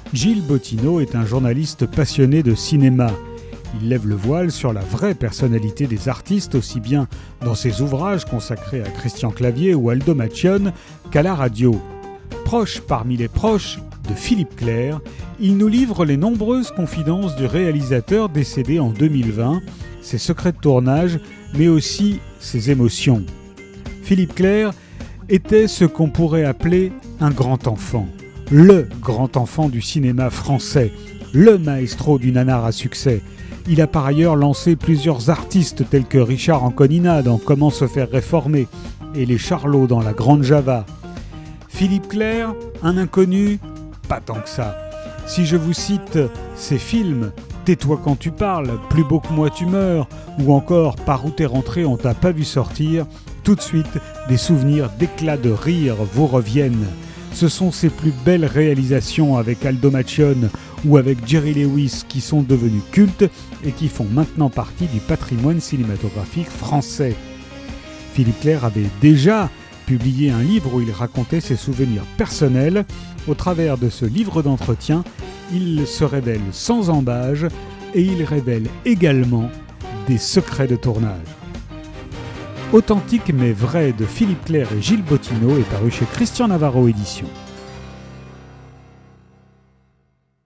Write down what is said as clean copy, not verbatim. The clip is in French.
Gilles Bottineau est un journaliste passionné de cinéma. Il lève le voile sur la vraie personnalité des artistes, aussi bien dans ses ouvrages consacrés à Christian Clavier ou Aldo Macione qu'à la radio. Proche parmi les proches de Philippe Clair, il nous livre les nombreuses confidences du réalisateur décédé en 2020, ses secrets de tournage, mais aussi ses émotions. Philippe Clair était ce qu'on pourrait appeler un grand enfant. Le grand enfant du cinéma français, le maestro du nanar à succès. Il a par ailleurs lancé plusieurs artistes tels que Richard Anconina dans Comment se faire réformer et les Charlots dans La Grande Java. Philippe Clair, un inconnu, pas tant que ça. Si je vous cite ses films Tais-toi quand tu parles, Plus beau que moi tu meurs, ou encore Par où t'es rentré on t'a pas vu sortir, tout de suite des souvenirs d'éclats de rire vous reviennent. Ce sont ses plus belles réalisations avec Aldo Macione ou avec Jerry Lewis qui sont devenues cultes et qui font maintenant partie du patrimoine cinématographique français. Philippe Clair avait déjà publié un livre où il racontait ses souvenirs personnels. Au travers de ce livre d'entretien, il se révèle sans embâge et il révèle également des secrets de tournage. Authentique mais vrai de Philippe Clair et Gilles Bottineau est paru chez Christian Navarro Éditions.